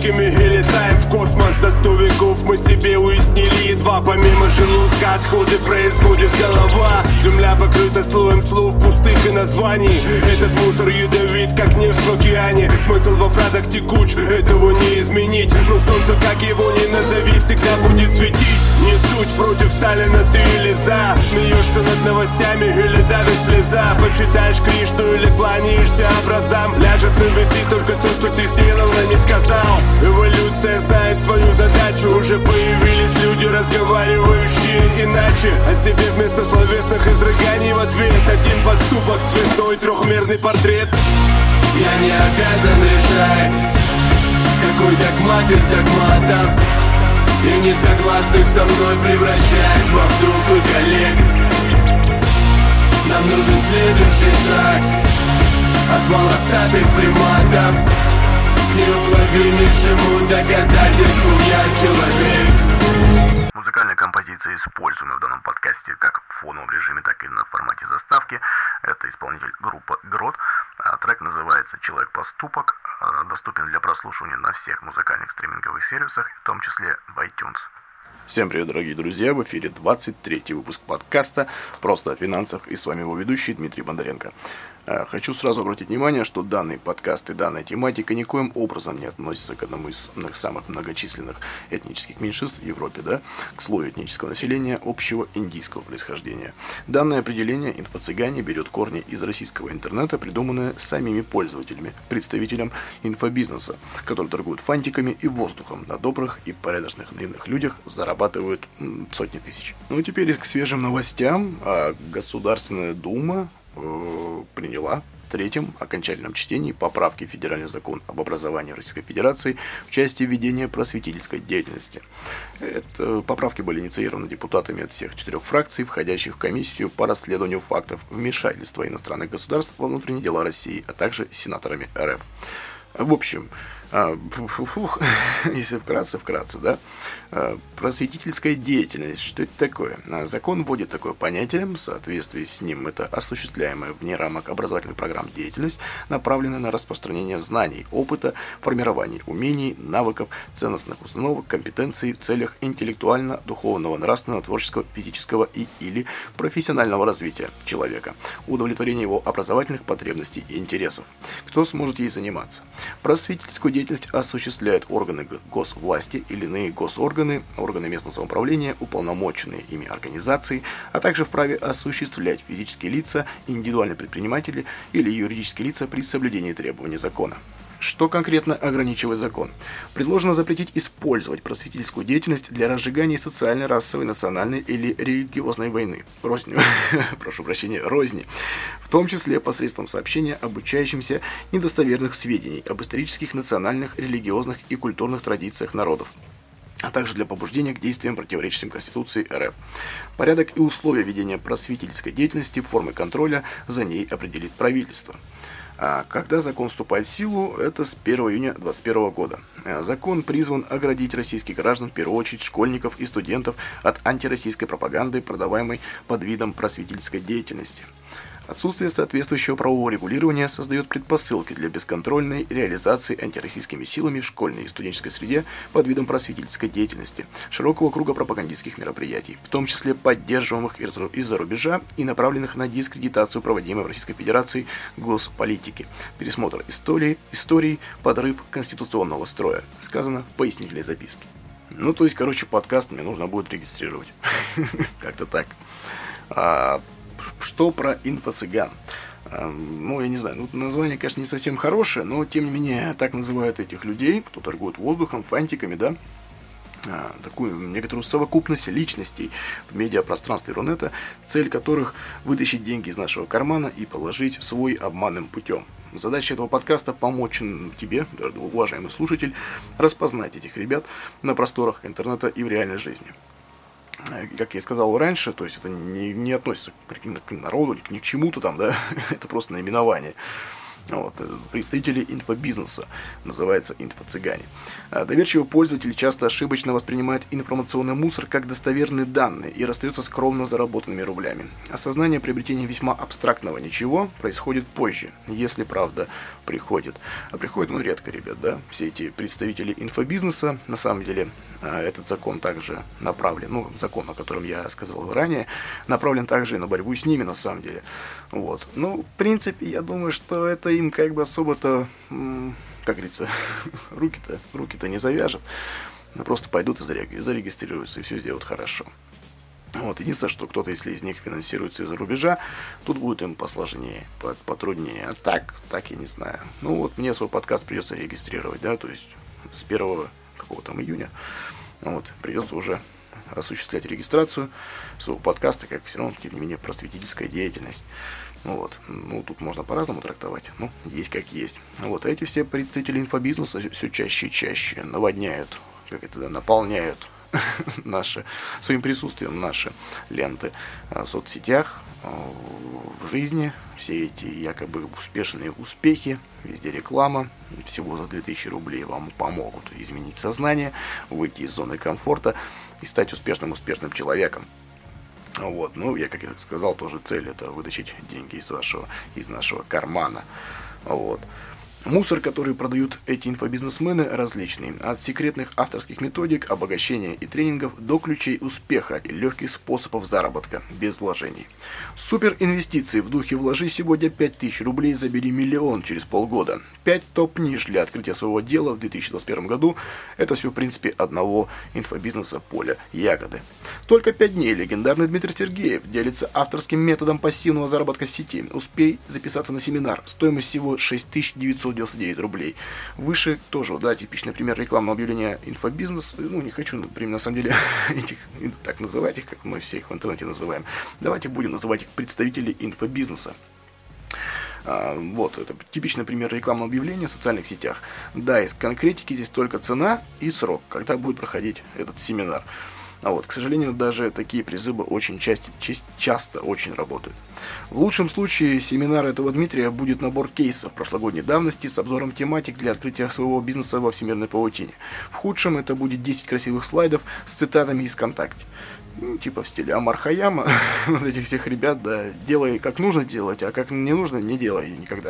фантиками и летаем в космос. За 100 веков мы себе уяснили едва. Помимо желудка отходы производит голова. Земля покрыта слоем слов пустых и названий. Этот мусор ядовит, как нефть в океане. Смысл во фразах текуч, этого не изменить. Но солнце, как его ни назови, всегда будет светить. Не суть, против Сталина ты или за. Смеешься над новостями или давит слеза. Почитаешь Кришну или кланяешься образам. Ляжет на веси только то, что ты сделал, а не сказал. Эволюция знает свою задачу. Уже появились люди, разговаривающие иначе. О себе вместо словесных изрыганий в ответ один поступок, цветной трехмерный портрет. Я не обязан решать, какой догмат из догматов, и несогласных со мной превращать во вдруг и коллег. Нам нужен следующий шаг от волосатых приматов к неуловимейшему доказательству «я человек». Музыкальная композиция, используемая в данном подкасте как в фоновом режиме, так и на формате заставки. Это исполнитель группы Грот. Трек называется «Человек-поступок». Доступен для прослушивания на всех музыкальных стриминговых сервисах, в том числе в iTunes. Всем привет, дорогие друзья! В эфире 23-й выпуск подкаста «Просто о финансах», и с вами его ведущий Дмитрий Бондаренко. Хочу сразу обратить внимание, что данный подкаст и данная тематика никоим образом не относится к одному из самых многочисленных этнических меньшинств в Европе, к слою этнического населения общего индийского происхождения. Данное определение «инфо-цыгане» берет корни из российского интернета, придуманное самими пользователями, представителям инфобизнеса, которые торгуют фантиками и воздухом. На добрых и порядочных наивных людях зарабатывают сотни тысяч. Ну и теперь к свежим новостям. Государственная Дума приняла в третьем окончательном чтении поправки в Федеральный закон об образовании Российской Федерации в части ведения просветительской деятельности. Поправки были инициированы депутатами от всех 4 фракций, входящих в комиссию по расследованию фактов вмешательства иностранных государств во внутренние дела России, а также сенаторами РФ. В общем, если вкратце, просветительская деятельность, что это такое? Закон вводит такое понятие, в соответствии с ним это осуществляемая вне рамок образовательных программ деятельность, направленная на распространение знаний, опыта, формирование умений, навыков, ценностных установок, компетенций в целях интеллектуально, духовного, нравственного, творческого, физического и или профессионального развития человека, удовлетворения его образовательных потребностей и интересов. Кто сможет ей заниматься? Просветительскую деятельность осуществляют органы госвласти или иные госорганы, органы местного самоуправления, уполномоченные ими организации, а также вправе осуществлять физические лица, индивидуальные предприниматели или юридические лица при соблюдении требований закона. Что конкретно ограничивает закон? Предложено запретить использовать просветительскую деятельность для разжигания социальной, расовой, национальной или религиозной войны. Розни, в том числе посредством сообщения обучающимся недостоверных сведений об исторических, национальных, религиозных и культурных традициях народов, а также для побуждения к действиям, противоречащим Конституции РФ. Порядок и условия ведения просветительской деятельности, формы контроля за ней определит правительство. А когда закон вступает в силу, это с 1 июня 2021 года. Закон призван оградить российских граждан, в первую очередь школьников и студентов, от антироссийской пропаганды, продаваемой под видом просветительской деятельности. Отсутствие соответствующего правового регулирования создает предпосылки для бесконтрольной реализации антироссийскими силами в школьной и студенческой среде под видом просветительской деятельности, широкого круга пропагандистских мероприятий, в том числе поддерживаемых из-за рубежа и направленных на дискредитацию проводимой в Российской Федерации госполитики, пересмотр истории, подрыв конституционного строя, сказано в пояснительной записке. Подкаст мне нужно будет регистрировать. Как-то так. Что про инфо-цыган? Я не знаю, название, конечно, не совсем хорошее, но, тем не менее, так называют этих людей, кто торгует воздухом, фантиками, такую некоторую совокупность личностей в медиапространстве Рунета, цель которых вытащить деньги из нашего кармана и положить в свой обманным путем. Задача этого подкаста – помочь тебе, уважаемый слушатель, распознать этих ребят на просторах интернета и в реальной жизни. Как я сказал раньше, то есть это не относится к народу, ни к чему-то это просто наименование. Вот, представители инфобизнеса, называется инфо-цыгане. Доверчивые пользователи часто ошибочно воспринимают информационный мусор как достоверные данные и расстаются с кровно заработанными рублями. Осознание приобретения весьма абстрактного ничего происходит позже, если правда приходит. А приходит, редко, ребят, да, все эти представители инфобизнеса, на самом деле, этот закон также направлен, закон, о котором я сказал ранее, направлен также и на борьбу с ними, на самом деле. Вот. В принципе, я думаю, что это им как бы особо-то, как говорится, руки-то не завяжут. Просто пойдут и зарегистрируются, и все сделают хорошо. Вот. Единственное, что кто-то, если из них финансируется из-за рубежа, тут будет им посложнее, потруднее. А так я не знаю. Мне свой подкаст придется регистрировать, да, то есть с 1 июня. Придется уже осуществлять регистрацию своего подкаста, как все равно, тем не менее, просветительская деятельность. Тут можно по-разному трактовать, есть как есть. А эти все представители инфобизнеса все чаще и чаще наводняют, наполняют своим присутствием наши ленты в соцсетях, в жизни. Все эти якобы успешные успехи, везде реклама, всего за 2000 рублей вам помогут изменить сознание, выйти из зоны комфорта и стать успешным человеком. Я, как я сказал, тоже цель — это вытащить деньги из нашего кармана. Мусор, который продают эти инфобизнесмены, различный. От секретных авторских методик, обогащения и тренингов до ключей успеха и легких способов заработка без вложений. Супер инвестиции в духе «вложи сегодня 5000 рублей, забери миллион через полгода». 5 топ-ниш для открытия своего дела в 2021 году. Это все, в принципе, одного инфобизнеса поля ягоды. Только 5 дней легендарный Дмитрий Сергеев делится авторским методом пассивного заработка в сети. Успей записаться на семинар. Стоимость всего 6999 рублей. Выше тоже, типичный пример рекламного объявления инфобизнес. Не хочу, на самом деле, так называть их, как мы все их в интернете называем. Давайте будем называть их представители инфобизнеса. Это типичный пример рекламного объявления в социальных сетях. Да, из конкретики здесь только цена и срок, когда будет проходить этот семинар. К сожалению, даже такие призывы очень часто очень работают. В лучшем случае семинар этого Дмитрия будет набор кейсов прошлогодней давности с обзором тематик для открытия своего бизнеса во всемирной паутине. В худшем это будет 10 красивых слайдов с цитатами из ВКонтакте. В стиле Омар Хайяма, этих всех ребят, делай как нужно делать, а как не нужно, не делай никогда.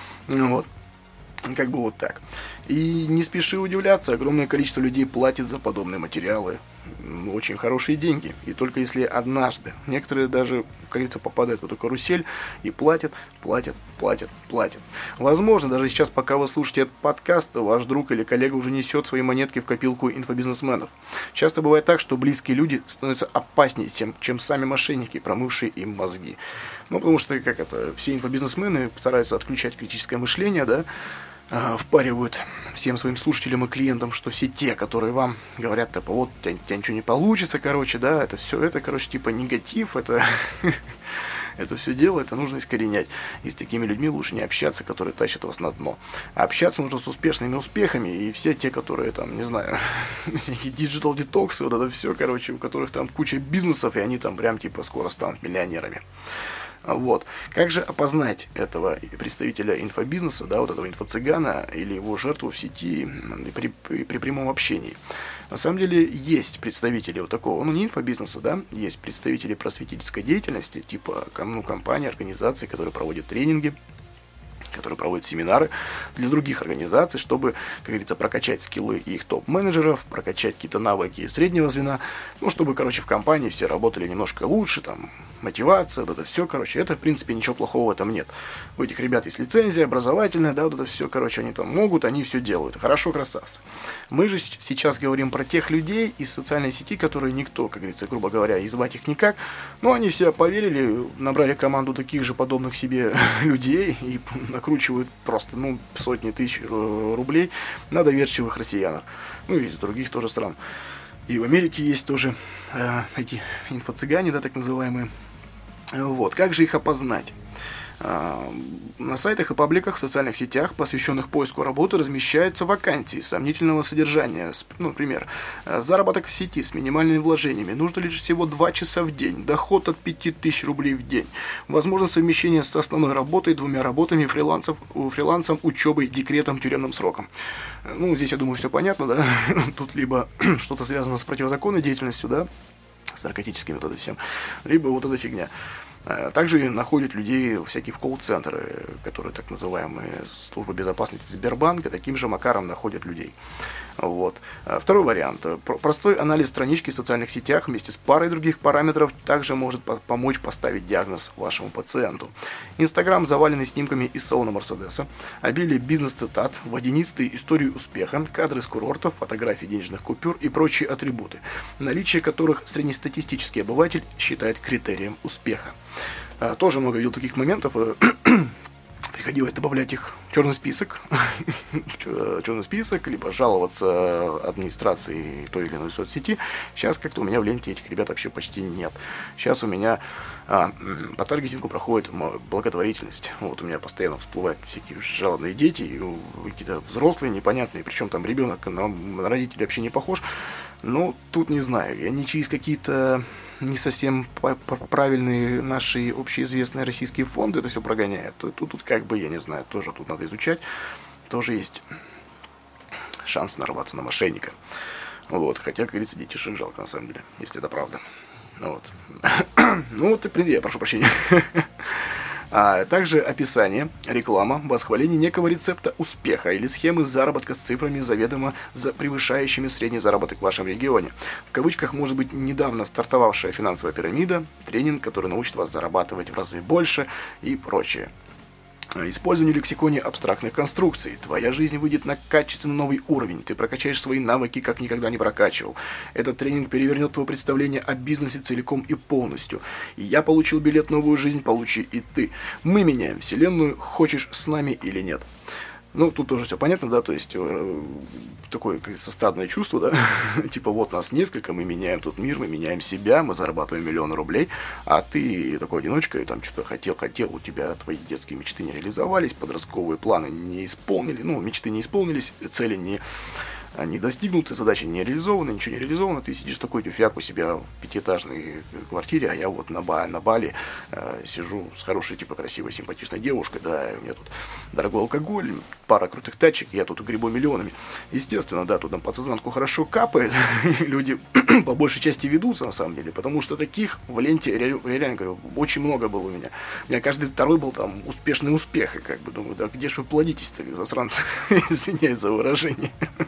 Так. И не спеши удивляться, огромное количество людей платит за подобные материалы очень хорошие деньги. И только если однажды, некоторые даже, как говорится, попадают в эту карусель и платят. Возможно, даже сейчас, пока вы слушаете этот подкаст, ваш друг или коллега уже несет свои монетки в копилку инфобизнесменов. Часто бывает так, что близкие люди становятся опаснее, чем сами мошенники, промывшие им мозги. Потому что, все инфобизнесмены стараются отключать критическое мощение, впаривают всем своим слушателям и клиентам, что все те, которые вам говорят, у тебя ничего не получится, это все, негатив, это все дело, это нужно искоренять. И с такими людьми лучше не общаться, которые тащат вас на дно. А общаться нужно с успешными успехами, и все те, которые всякие диджитал детоксы, это все, у которых куча бизнесов, и они скоро станут миллионерами. Как же опознать этого представителя инфобизнеса, этого инфо-цыгана или его жертву в сети при прямом общении? На самом деле есть представители такого, не инфобизнеса, есть представители просветительской деятельности, типа компании, организаций, которые проводят тренинги, которые проводят семинары для других организаций, чтобы, как говорится, прокачать скиллы их топ-менеджеров, прокачать какие-то навыки среднего звена, чтобы, в компании все работали немножко лучше, мотивация, это все, это, в принципе, ничего плохого в этом нет. У этих ребят есть лицензия образовательная, это все, они могут, они все делают. Хорошо, красавцы. Мы же сейчас говорим про тех людей из социальной сети, которые никто, как говорится, грубо говоря, и звать их никак, но они все поверили, набрали команду таких же подобных себе людей и накручивают просто, сотни тысяч рублей на доверчивых россиянах. И из других тоже стран. И в Америке есть тоже эти инфо-цыгане, так называемые. Как же их опознать? На сайтах и пабликах в социальных сетях, посвященных поиску работы, размещаются вакансии сомнительного содержания. Например, заработок в сети с минимальными вложениями. Нужно лишь всего 2 часа в день. Доход от 5000 рублей в день. Возможность совмещения с основной работой, 2 работами, фрилансом, учебой, декретом, тюремным сроком. Ну, здесь, я думаю, все понятно, да? Тут либо что-то связано с противозаконной деятельностью, да? С наркотическими вот это всем. Либо вот эта фигня. Также находят людей всякие в колл-центры, которые так называемые службы безопасности Сбербанка, таким же макаром находят людей. Вот. Второй вариант. Простой анализ странички в социальных сетях вместе с парой других параметров также может помочь поставить диагноз вашему пациенту. Инстаграм, заваленный снимками из салона Мерседеса, обилие бизнес-цитат, водянистые истории успеха, кадры с курортов, фотографии денежных купюр и прочие атрибуты, наличие которых среднестатистический обыватель считает критерием успеха. Тоже много видел таких моментов. Приходилось добавлять их в черный список, либо жаловаться администрации той или иной соцсети. Сейчас как-то у меня в ленте этих ребят вообще почти нет. Сейчас у меня по таргетингу проходит благотворительность. Вот у меня постоянно всплывают всякие жалобные дети, какие-то взрослые, непонятные, причем там ребенок на родителей вообще не похож. Но тут не знаю, они через какие-то не совсем правильные наши общеизвестные российские фонды это все прогоняют. Тут как бы, я не знаю, тоже тут надо изучать. Тоже есть шанс нарваться на мошенника. Вот, хотя, как говорится, детишек жалко на самом деле, если это правда. Вот. Ну вот, я прошу прощения. А также описание, реклама, восхваление некого рецепта успеха или схемы заработка с цифрами, заведомо превышающими средний заработок в вашем регионе. В кавычках может быть недавно стартовавшая финансовая пирамида, тренинг, который научит вас зарабатывать в разы больше и прочее. Использование в лексиконе абстрактных конструкций. Твоя жизнь выйдет на качественно новый уровень. Ты прокачаешь свои навыки, как никогда не прокачивал. Этот тренинг перевернет твое представление о бизнесе целиком и полностью. И я получил билет в новую жизнь, получи и ты. Мы меняем вселенную, хочешь с нами или нет. Ну, тут тоже все понятно, да, то есть такое стадное чувство, да, типа вот нас несколько, мы меняем тут мир, мы меняем себя, мы зарабатываем миллионы рублей, а ты такой одиночка, и там что-то хотел, у тебя твои детские мечты не реализовались, подростковые планы не исполнили, мечты не исполнились, цели не достигнуты, задачи не реализованы, ничего не реализовано, ты сидишь такой тюфяк у себя в 5-этажной квартире, а я вот на Бали сижу с хорошей, типа, красивой, симпатичной девушкой, да, у меня тут дорогой алкоголь, пара крутых тачек, я тут гребу миллионами. Естественно, да, тут на подсознанку хорошо капает, люди по большей части ведутся, на самом деле, потому что таких в ленте, реально говорю, очень много было у меня. У меня каждый второй был там успешный успех, и как бы думаю, да где ж вы плодитесь-то, засранцы, извиняюсь за выражение.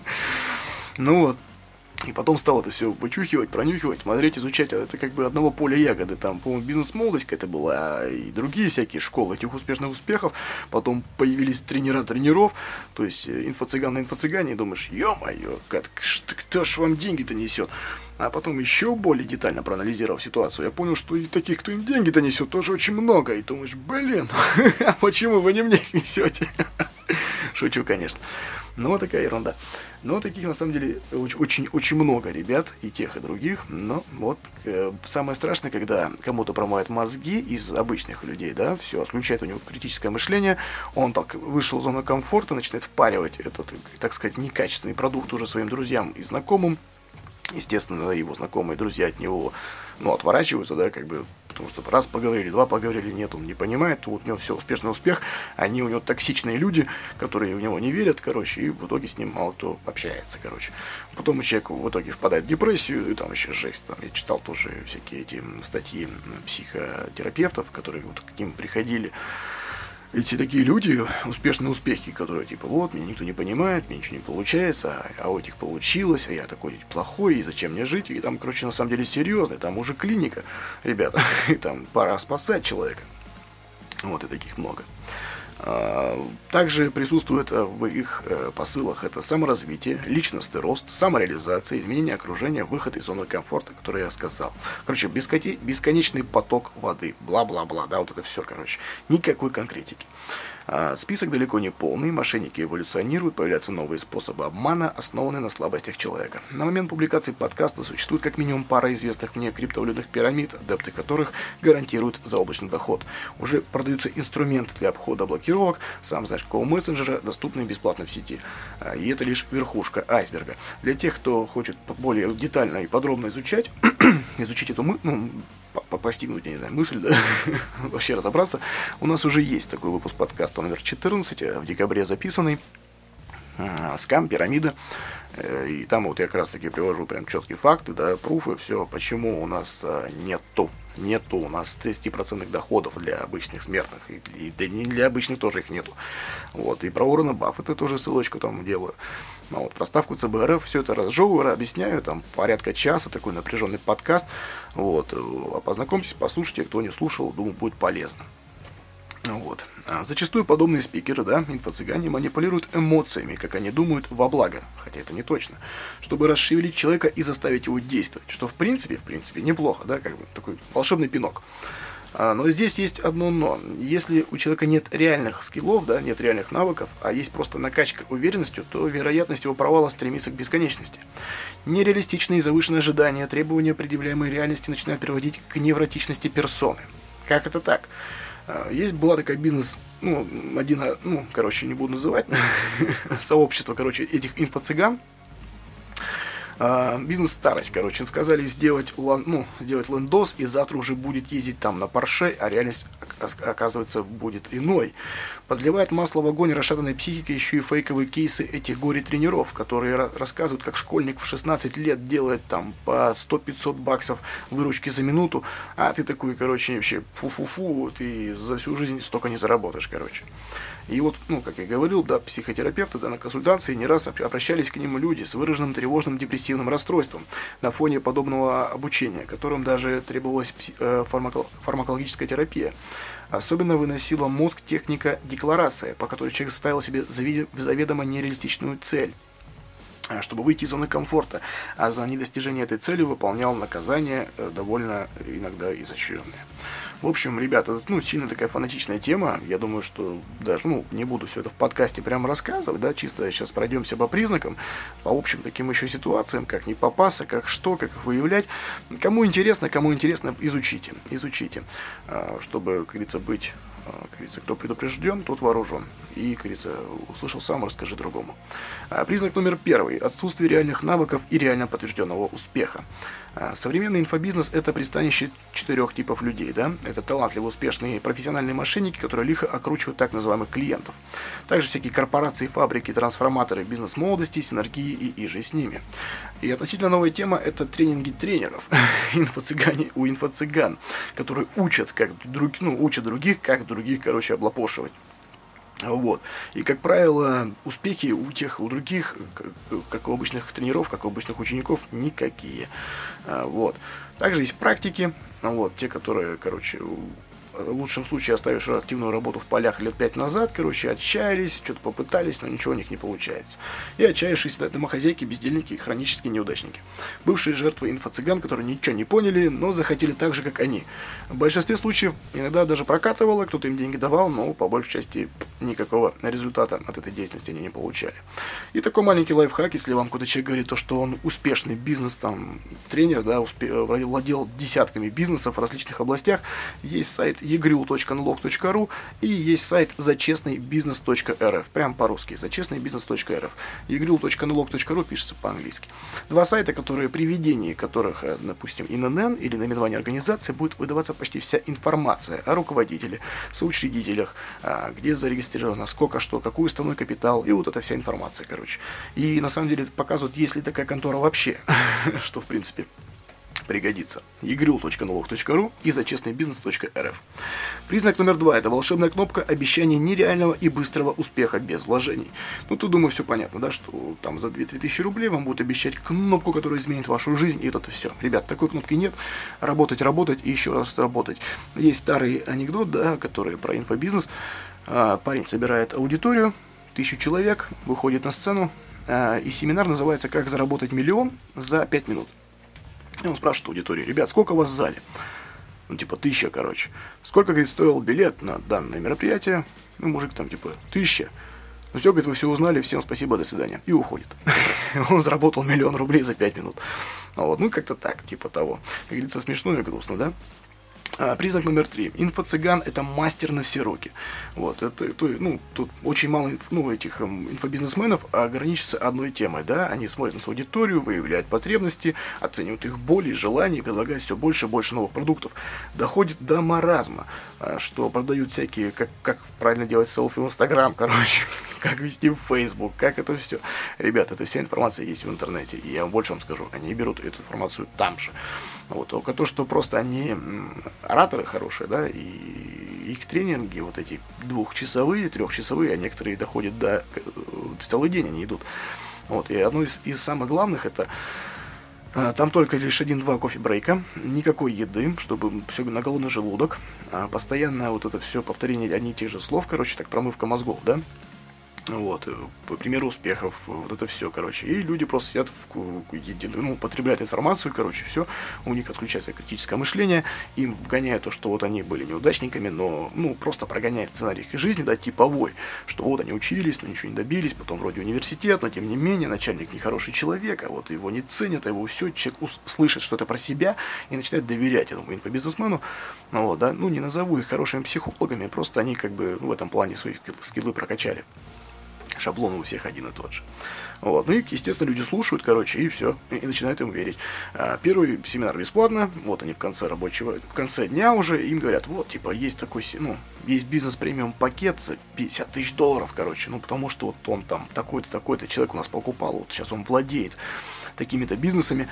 Ну вот, и потом стал это все вычухивать, пронюхивать, смотреть, изучать. Это как бы одного поля ягоды. Там, по-моему, бизнес-молодость какая-то была, и другие всякие школы этих успешных успехов. Потом появились тренера тренеров, то есть инфо-цыган на инфо-цыгане, и думаешь, ё-моё, кто ж вам деньги-то несет? А потом еще более детально проанализировав ситуацию, я понял, что и таких, кто им деньги-то несет, тоже очень много. И думаешь, блин, а почему вы не мне их несете? Шучу, конечно. Но вот такая ерунда. Но таких, на самом деле, очень много ребят, и тех, и других. Но вот самое страшное, когда кому-то промывают мозги из обычных людей, да, все, отключает у него критическое мышление, он так вышел из зоны комфорта, начинает впаривать этот, так сказать, некачественный продукт уже своим друзьям и знакомым. Естественно, его знакомые друзья от него, отворачиваются, да, как бы, потому что раз поговорили, два поговорили, нет, он не понимает, вот у него все, успешный успех, они у него токсичные люди, которые в него не верят, короче, и в итоге с ним мало кто общается, короче. Потом человек в итоге впадает в депрессию, и там еще жесть, там я читал тоже всякие эти статьи психотерапевтов, которые вот к ним приходили. Эти такие люди, успешные успехи, которые типа, вот, меня никто не понимает, мне ничего не получается, а у этих получилось, а я такой плохой, и зачем мне жить? И там, короче, на самом деле серьезно, там уже клиника, ребята, и там пора спасать человека. Вот, и таких много. Также присутствует в их посылах это саморазвитие, личностный рост, самореализация, изменение окружения, выход из зоны комфорта, который я сказал. Короче, бесконечный поток воды, бла-бла-бла, да, вот это все, короче. Никакой конкретики. Список далеко не полный, мошенники эволюционируют, появляются новые способы обмана, основанные на слабостях человека. На момент публикации подкаста существует как минимум пара известных мне криптовалютных пирамид, адепты которых гарантируют заоблачный доход. Уже продаются инструменты для обхода блокировок, сам знаешь какого мессенджера, доступные бесплатно в сети. И это лишь верхушка айсберга. Для тех, кто хочет более детально и подробно изучить эту постигнуть, я не знаю, мысль, да, вообще разобраться, у нас уже есть такой выпуск подкаста номер 14, в декабре записанный, скам, пирамида, и там вот я как раз таки привожу прям четкие факты, да, пруфы, все, почему у нас нету у нас 30% доходов для обычных смертных, и не для обычных тоже их нету. Вот, и про Уоррена Баффета тоже ссылочку там делаю. Вот, про ставку ЦБ РФ все это разжевываю, объясняю, там порядка часа, такой напряженный подкаст. Вот, познакомьтесь, послушайте, кто не слушал, думаю, будет полезно. Вот. Зачастую подобные спикеры, да, инфо-цыгане, манипулируют эмоциями, как они думают, во благо, хотя это не точно, чтобы расшевелить человека и заставить его действовать, что в принципе неплохо, да, как бы такой волшебный пинок. Но здесь есть одно но. Если у человека нет реальных скиллов, да, нет реальных навыков, а есть просто накачка уверенностью, то вероятность его провала стремится к бесконечности. Нереалистичные и завышенные ожидания, требования, предъявляемые реальности, начинают приводить к невротичности персоны. Как это так? Была такая бизнес, не буду называть, сообщество, этих инфо-цыган. Бизнес-старость, сказали сделать лендос, и завтра уже будет ездить там на Порше, а реальность, оказывается, будет иной. Подливает масло в огонь расшатанной психики еще и фейковые кейсы этих горе-тренеров, которые рассказывают, как школьник в 16 лет делает там по 100-500 баксов выручки за минуту, а ты такой, вообще, фу-фу-фу, ты за всю жизнь столько не заработаешь, И вот, как я говорил, да, психотерапевты, да, на консультации не раз обращались к ним люди с выраженным тревожным депрессивным расстройством на фоне подобного обучения, которым даже требовалась фармакологическая терапия. Особенно выносила мозг техника декларация, по которой человек ставил себе заведомо нереалистичную цель, чтобы выйти из зоны комфорта, а за недостижение этой цели выполнял наказание довольно иногда изощренное. В общем, ребята, сильно такая фанатичная тема. Я думаю, что даже, не буду все это в подкасте прямо рассказывать, да, чисто сейчас пройдемся по признакам, по общим таким еще ситуациям, как не попасться, как их выявлять. Кому интересно, изучите, чтобы, как говорится, быть... кто предупрежден, тот вооружен. И, услышал сам, расскажи другому. Признак номер 1. Отсутствие реальных навыков и реально подтвержденного успеха. Современный инфобизнес – это пристанище 4 типов людей. Да? Это талантливые, успешные, профессиональные мошенники, которые лихо окручивают так называемых клиентов. Также всякие корпорации, фабрики, трансформаторы, бизнес-молодости, синергии и иже с ними. И относительно новая тема – это тренинги тренеров, у инфо-цыган, которые учат других, как других, облапошивать. Вот. И, как правило, успехи у других, как у обычных тренеров, как у обычных учеников, никакие. Вот. Также есть практики, те, которые, в лучшем случае, оставившие активную работу в полях лет 5 назад, отчаялись, что-то попытались, но ничего у них не получается. И отчаявшиеся домохозяйки, бездельники, хронические неудачники. Бывшие жертвы инфо-цыган, которые ничего не поняли, но захотели так же, как они. В большинстве случаев иногда даже прокатывало, кто-то им деньги давал, но по большей части никакого результата от этой деятельности они не получали. И такой маленький лайфхак, если вам какой-то человек говорит, что он успешный тренер, да, владел десятками бизнесов в различных областях, есть сайт egryl.nlog.ru и есть сайт зачестныйбизнес.рф. Прям по-русски. Зачестныйбизнес.рф. egryl.nlog.ru пишется по-английски. Два сайта, при ведении которых, допустим, ИНН или наименование организации будет выдаваться почти вся информация о руководителе, соучредителях, где зарегистрировано, сколько что, какой уставной капитал, и вот эта вся информация, И на самом деле показывают, есть ли такая контора вообще, что в принципе пригодится. egryl.nlog.ru и зачестныйбизнес.рф. Признак номер 2 – это волшебная кнопка обещания нереального и быстрого успеха без вложений. Тут, думаю, все понятно, да, что там за 2-3 тысячи рублей вам будут обещать кнопку, которая изменит вашу жизнь, и это все. Ребят, такой кнопки нет. Работать и еще раз работать. Есть старый анекдот, да, который про инфобизнес. Парень собирает аудиторию, 1000 человек, выходит на сцену, и семинар называется «Как заработать миллион за 5 минут». И он спрашивает аудиторию: ребят, сколько у вас в зале? 1000, Сколько, стоил билет на данное мероприятие? Ну, мужик там, типа, 1000. Ну все, говорит, вы все узнали, всем спасибо, до свидания. И уходит. Он заработал 1 000 000 рублей за 5 минут. Вот, ну, как-то так, типа того. Как говорится, смешно и грустно, да? Признак номер 3. Инфо-цыган – это мастер на все руки. Вот, это, ну, тут очень мало этих инфобизнесменов ограничиваются одной темой, да, они смотрят на свою аудиторию, выявляют потребности, оценивают их боли, желания, предлагают все больше и больше новых продуктов. Доходит до маразма, что продают всякие, как правильно делать селфи в Инстаграм, короче, как вести в Фейсбук, как это все. Ребят, эта вся информация есть в интернете, и я вам больше вам скажу, они берут эту информацию там же. Вот, только то, что просто они ораторы хорошие, да, и их тренинги, вот эти 2-часовые, 3-часовые, а некоторые доходят до целый день они идут. Вот, и одно из самых главных это там только лишь 1-2 кофе-брейка, никакой еды, чтобы все на голодный желудок, постоянное вот это все повторение одних и тех же слов, короче, так промывка мозгов, да. Вот, по примеру успехов, вот это все, короче. И люди просто сидят, потребляют информацию, короче, все. У них отключается критическое мышление, им вгоняют то, что вот они были неудачниками, но, просто прогоняет сценарий их жизни, да, типовой, что вот они учились, но ничего не добились, потом вроде университет, но тем не менее, начальник нехороший человек, а вот его не ценят, а его все, человек слышит что-то про себя и начинает доверять этому инфобизнесмену, вот, да, не назову их хорошими психологами, просто они как бы в этом плане свои скиллы прокачали. Шаблон у всех один и тот же. Вот. Ну и, естественно, люди слушают, короче, и все, и начинают им верить. Первый семинар бесплатно, вот они в конце дня уже, им говорят, вот, типа, есть такой, есть бизнес-премиум пакет за $50 000, короче, потому что вот он там такой-то, такой-то человек у нас покупал, вот сейчас он владеет такими-то бизнесами,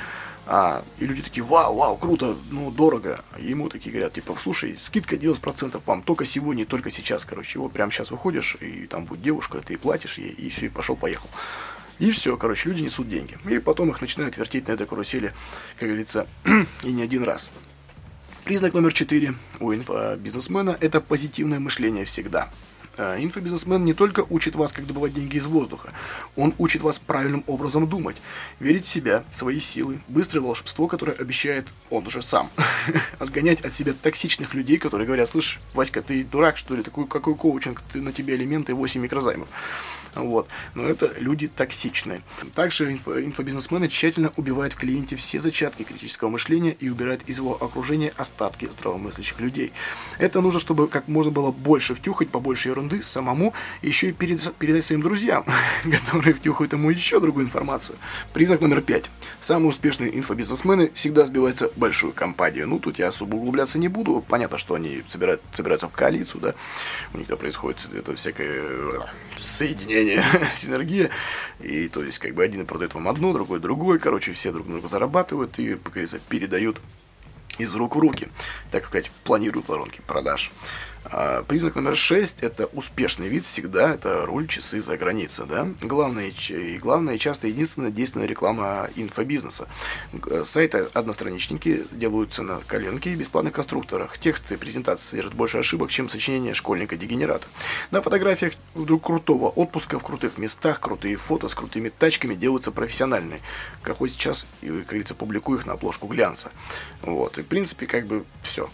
и люди такие, вау, круто, дорого. И ему такие говорят, типа, слушай, скидка 90% вам только сегодня и только сейчас, короче. Вот прямо сейчас выходишь, и там будет девушка, ты платишь ей, и все, и пошел-поехал. И все, короче, люди несут деньги. И потом их начинают вертеть на этой карусели, как говорится, и не один раз. Признак номер 4 у инфобизнесмена – это позитивное мышление всегда. Инфобизнесмен не только учит вас, как добывать деньги из воздуха, он учит вас правильным образом думать, верить в себя, свои силы, быстрое волшебство, которое обещает он же сам, отгонять от себя токсичных людей, которые говорят, слышь, Васька, ты дурак, что ли, какой коучинг, ты на тебе алименты 8 микрозаймов. Вот. Но это люди токсичные. Также инфобизнесмены тщательно убивают в клиенте все зачатки критического мышления и убирают из его окружения остатки здравомыслящих людей. Это нужно, чтобы как можно было больше втюхать, побольше ерунды самому, и еще и передать своим друзьям, которые втюхают ему еще другую информацию. Признак номер 5. Самые успешные инфобизнесмены всегда сбиваются в большую компанию. Тут я особо углубляться не буду. Понятно, что они собираются в коалицию, да. У них там происходит это всякое соединение, синергия, и то есть как бы один продает вам одно, другой другой, короче, все друг друга зарабатывают и, как говорится, передают из рук в руки, так сказать, планируют воронки продаж. Признак номер 6 – это успешный вид всегда, это руль, часы за границей, да. Главная и часто единственная действенная реклама инфобизнеса. Сайты одностраничники делаются на коленке и бесплатных конструкторах. Тексты презентации содержат больше ошибок, чем сочинение школьника-дегенерата. На фотографиях вдруг крутого отпуска в крутых местах, крутые фото с крутыми тачками делаются профессиональные. Какой сейчас, как говорится, публикую их на обложку глянца. Вот, и в принципе, как бы все.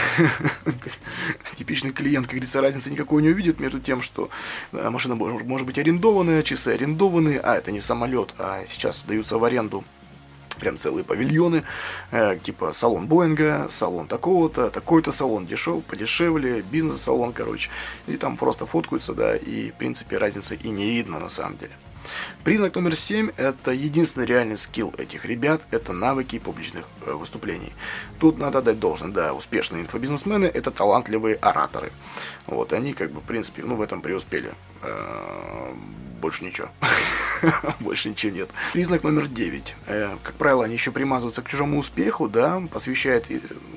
Типичный клиент, как говорится, разницы никакой не увидит между тем, что машина может быть арендованная, часы арендованные, это не самолет, а сейчас даются в аренду прям целые павильоны, типа салон Боинга, салон такого-то, такой-то салон подешевле, бизнес-салон, короче, и там просто фоткаются, да, и в принципе разницы и не видно на самом деле. Признак номер 7 – это единственный реальный скилл этих ребят, это навыки публичных выступлений. Тут надо дать должное, да, успешные инфобизнесмены – это талантливые ораторы. Вот, они как бы, в принципе, в этом преуспели. Больше ничего. Больше ничего нет. Признак номер 9. Как правило, они еще примазываются к чужому успеху, да, посвящают,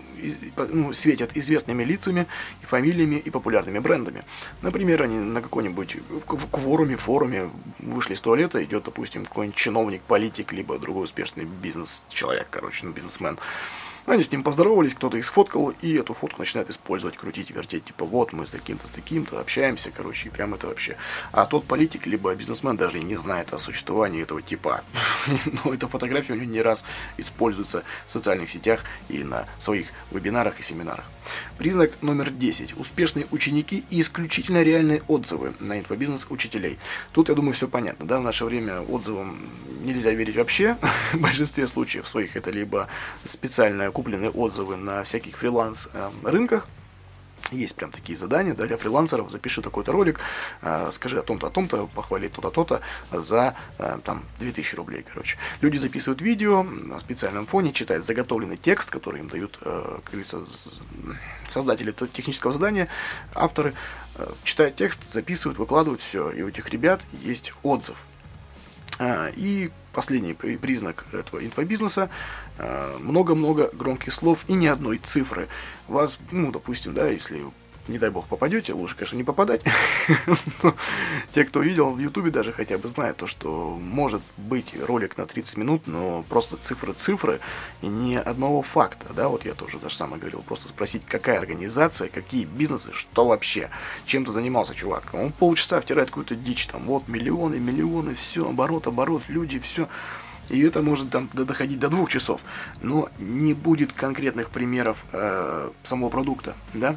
светят известными лицами, и фамилиями и популярными брендами. Например, они на какой-нибудь форуме вышли из туалета, идет, допустим, какой-нибудь чиновник, политик, либо другой успешный бизнес-человек, бизнесмен. Они с ним поздоровались, кто-то их сфоткал, и эту фотку начинают использовать, крутить, вертеть, типа, вот мы с таким-то общаемся, и прям это вообще. А тот политик, либо бизнесмен даже и не знает о существовании этого типа. Но эта фотография у него не раз используется в социальных сетях и на своих вебинарах и семинарах. Признак номер 10. Успешные ученики и исключительно реальные отзывы на инфобизнес учителей. Тут, я думаю, все понятно. Да? В наше время отзывам нельзя верить вообще. В большинстве случаев своих это либо специально купленные отзывы на всяких фриланс-рынках. Есть прям такие задания, да, для фрилансеров. Запиши такой-то ролик, скажи о том-то, похвали то-то, то-то за там 2000 рублей, короче. Люди записывают видео на специальном фоне, читают заготовленный текст, который им дают, как говорится, создатели технического задания, авторы, читают текст, записывают, выкладывают все. И у этих ребят есть отзыв. И последний признак этого инфобизнеса – много-много громких слов и ни одной цифры. Вас, допустим, да, если, не дай бог, попадете, лучше, конечно, не попадать. Но те, кто видел в Ютубе, даже хотя бы знают то, что может быть ролик на 30 минут, но просто цифры и ни одного факта. Да, вот я тоже даже сам говорил, просто спросить, какая организация, какие бизнесы, что вообще, чем ты занимался, чувак. Он полчаса втирает какую-то дичь, там, вот, миллионы, все, оборот, люди, все. И это может там доходить до 2 часов. Но не будет конкретных примеров самого продукта, да.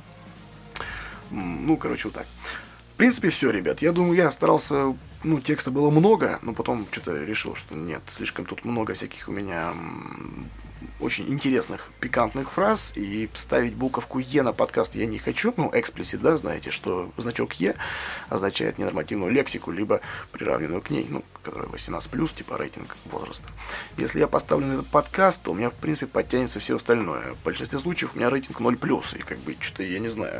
Вот так. В принципе, все, ребят. Я думаю, я старался, текста было много, но потом что-то решил, что нет, слишком тут много всяких у меня очень интересных, пикантных фраз, и ставить буковку Е на подкаст я не хочу, эксплисит, да, знаете, что значок Е означает ненормативную лексику, либо приравненную к ней, которая 18+, типа рейтинг возраста. Если я поставлю на этот подкаст, то у меня, в принципе, подтянется все остальное. В большинстве случаев у меня рейтинг 0+, и что-то я не знаю.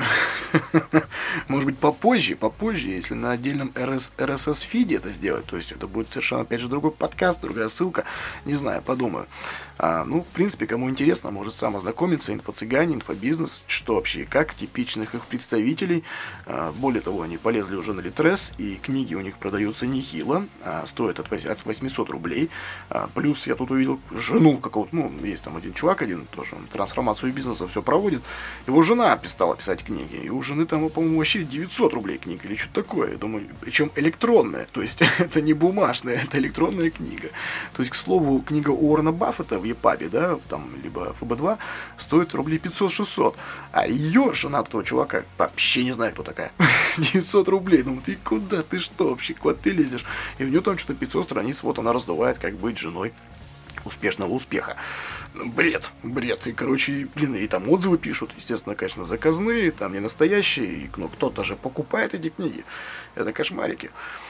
Может быть, попозже, если на отдельном RSS-фиде это сделать, то есть это будет совершенно, опять же, другой подкаст, другая ссылка, не знаю, подумаю. В принципе, кому интересно, может сам ознакомиться, инфо-цыгане, инфобизнес, что вообще, как типичных их представителей. Более того, они полезли уже на Литрес, и книги у них продаются нехило, стоят от 800 рублей. Плюс я тут увидел жену какого-то, есть там один чувак, тоже он трансформацию бизнеса все проводит. Его жена стала писать книги, и у жены там, по-моему, вообще 900 рублей книга или что-то такое. Я думаю, причем электронная, то есть это не бумажная, это электронная книга. То есть, к слову, книга Уоррена Баффета в EPUB, да, там, либо ФБ2, стоит рублей 500-600. А ее жена этого чувака, вообще не знаю, кто такая, 900 рублей. Ты куда, ты что вообще, куда ты лезешь? И у нее там что-то 500 страниц, вот она раздувает, как быть женой успешного успеха. Бред. И, и там отзывы пишут, естественно, конечно, заказные, там не настоящие, и кто-то же покупает эти книги. Это кошмарики.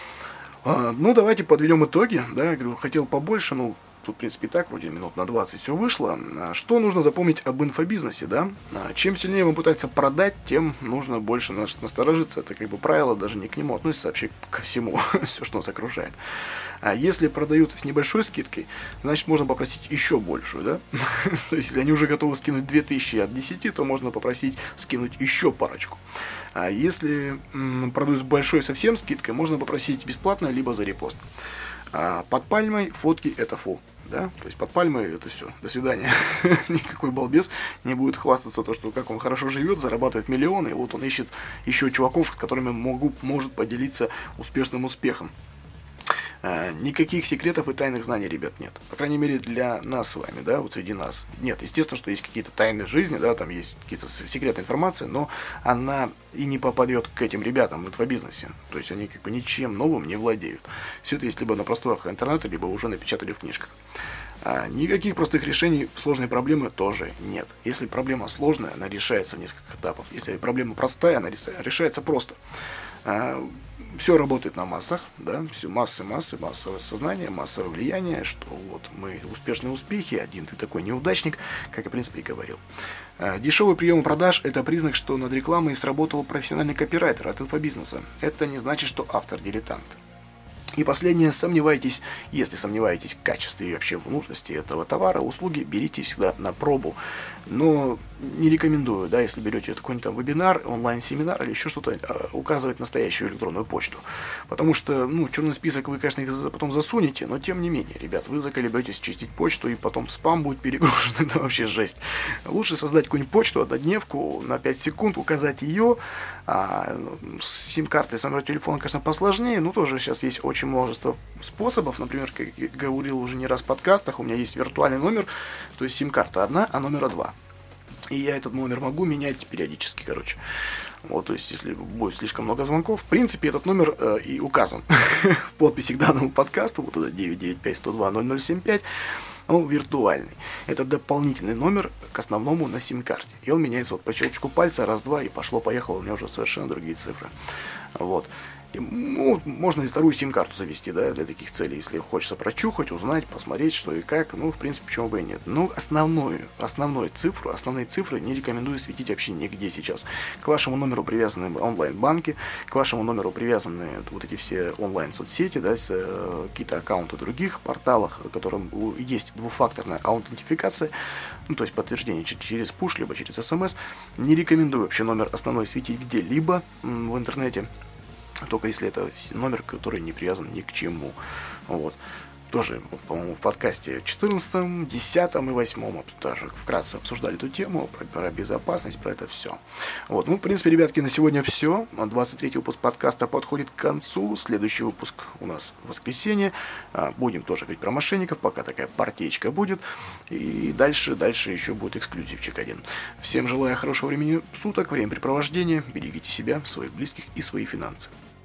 Давайте подведем итоги, да, я говорю, хотел побольше, тут, в принципе, и так, вроде минут на 20 все вышло. Что нужно запомнить об инфобизнесе, да? Чем сильнее вам пытаются продать, тем нужно больше насторожиться. Это как бы правило, даже не к нему относится, вообще ко всему, все, что нас окружает. А если продают с небольшой скидкой, значит, можно попросить еще большую, да? То есть, если они уже готовы скинуть 2000 от 10, то можно попросить скинуть еще парочку. А если продают с большой совсем скидкой, можно попросить бесплатно, либо за репост. А под пальмой фотки это фу. Да? То есть под пальмой это все. До свидания. Никакой балбес не будет хвастаться то, что как он хорошо живет, зарабатывает миллионы, и вот он ищет еще чуваков, с которыми может поделиться успешным успехом. Никаких секретов и тайных знаний, ребят, нет. По крайней мере, для нас с вами, да, вот среди нас. Нет, естественно, что есть какие-то тайны жизни, да, там есть какие-то секретная информация, но она и не попадет к этим ребятам в инфобизнесе. То есть они как бы ничем новым не владеют. Все это есть либо на просторах интернета, либо уже напечатали в книжках. Никаких простых решений сложной проблемы тоже нет. Если проблема сложная, она решается в несколько этапов. Если проблема простая, она решается просто. Все работает на массах, да, все массовое сознание, массовое влияние, что вот мы успешные успехи, один ты такой неудачник, как я, в принципе, и говорил. Дешевый прием продаж – это признак, что над рекламой сработал профессиональный копирайтер от инфобизнеса. Это не значит, что автор дилетант. И последнее, если сомневаетесь в качестве и вообще в нужности этого товара, услуги, берите всегда на пробу. Но не рекомендую, да, если берете какой-нибудь там вебинар, онлайн-семинар или еще что-то, указывать настоящую электронную почту. Потому что, черный список вы, конечно, потом засунете, но тем не менее, ребят, вы заколебетесь чистить почту, и потом спам будет перегружен, это вообще жесть. Лучше создать какую-нибудь почту, однодневку на 5 секунд, указать ее, с сим-картой, с номером телефона, конечно, посложнее, но тоже сейчас есть очень множество способов. Например, как я говорил уже не раз в подкастах, у меня есть виртуальный номер, то есть сим-карта одна, а номера два. И я этот номер могу менять периодически, короче. Вот, то есть, если будет слишком много звонков, в принципе, этот номер и указан в подписи к данному подкасту, вот это 995-102-0075, он виртуальный. Это дополнительный номер к основному на сим-карте. И он меняется вот по щелчку пальца, раз-два, и пошло-поехало, у меня уже совершенно другие цифры. Вот. И, ну, можно и вторую сим-карту завести, да, для таких целей, если хочется прочухать, узнать, посмотреть, что и как, ну, в принципе, почему бы и нет. Но основные цифры не рекомендую светить вообще нигде сейчас. К вашему номеру привязаны онлайн-банки, к вашему номеру привязаны вот эти все онлайн-соцсети, да, какие-то аккаунты в других порталах, в котором есть двухфакторная аутентификация, ну, то есть подтверждение через push, либо через смс. Не рекомендую вообще номер основной светить где-либо в интернете, только если это номер, который не привязан ни к чему. Вот. Тоже, по-моему, в подкасте 14, 10 и 8 даже вкратце обсуждали эту тему, про безопасность, про это все. Вот. Ну, в принципе, ребятки, на сегодня все. 23-й выпуск подкаста подходит к концу. Следующий выпуск у нас в воскресенье. Будем тоже говорить про мошенников, пока такая партеечка будет. И дальше еще будет эксклюзивчик один. Всем желаю хорошего времени суток, времяпрепровождения. Берегите себя, своих близких и свои финансы.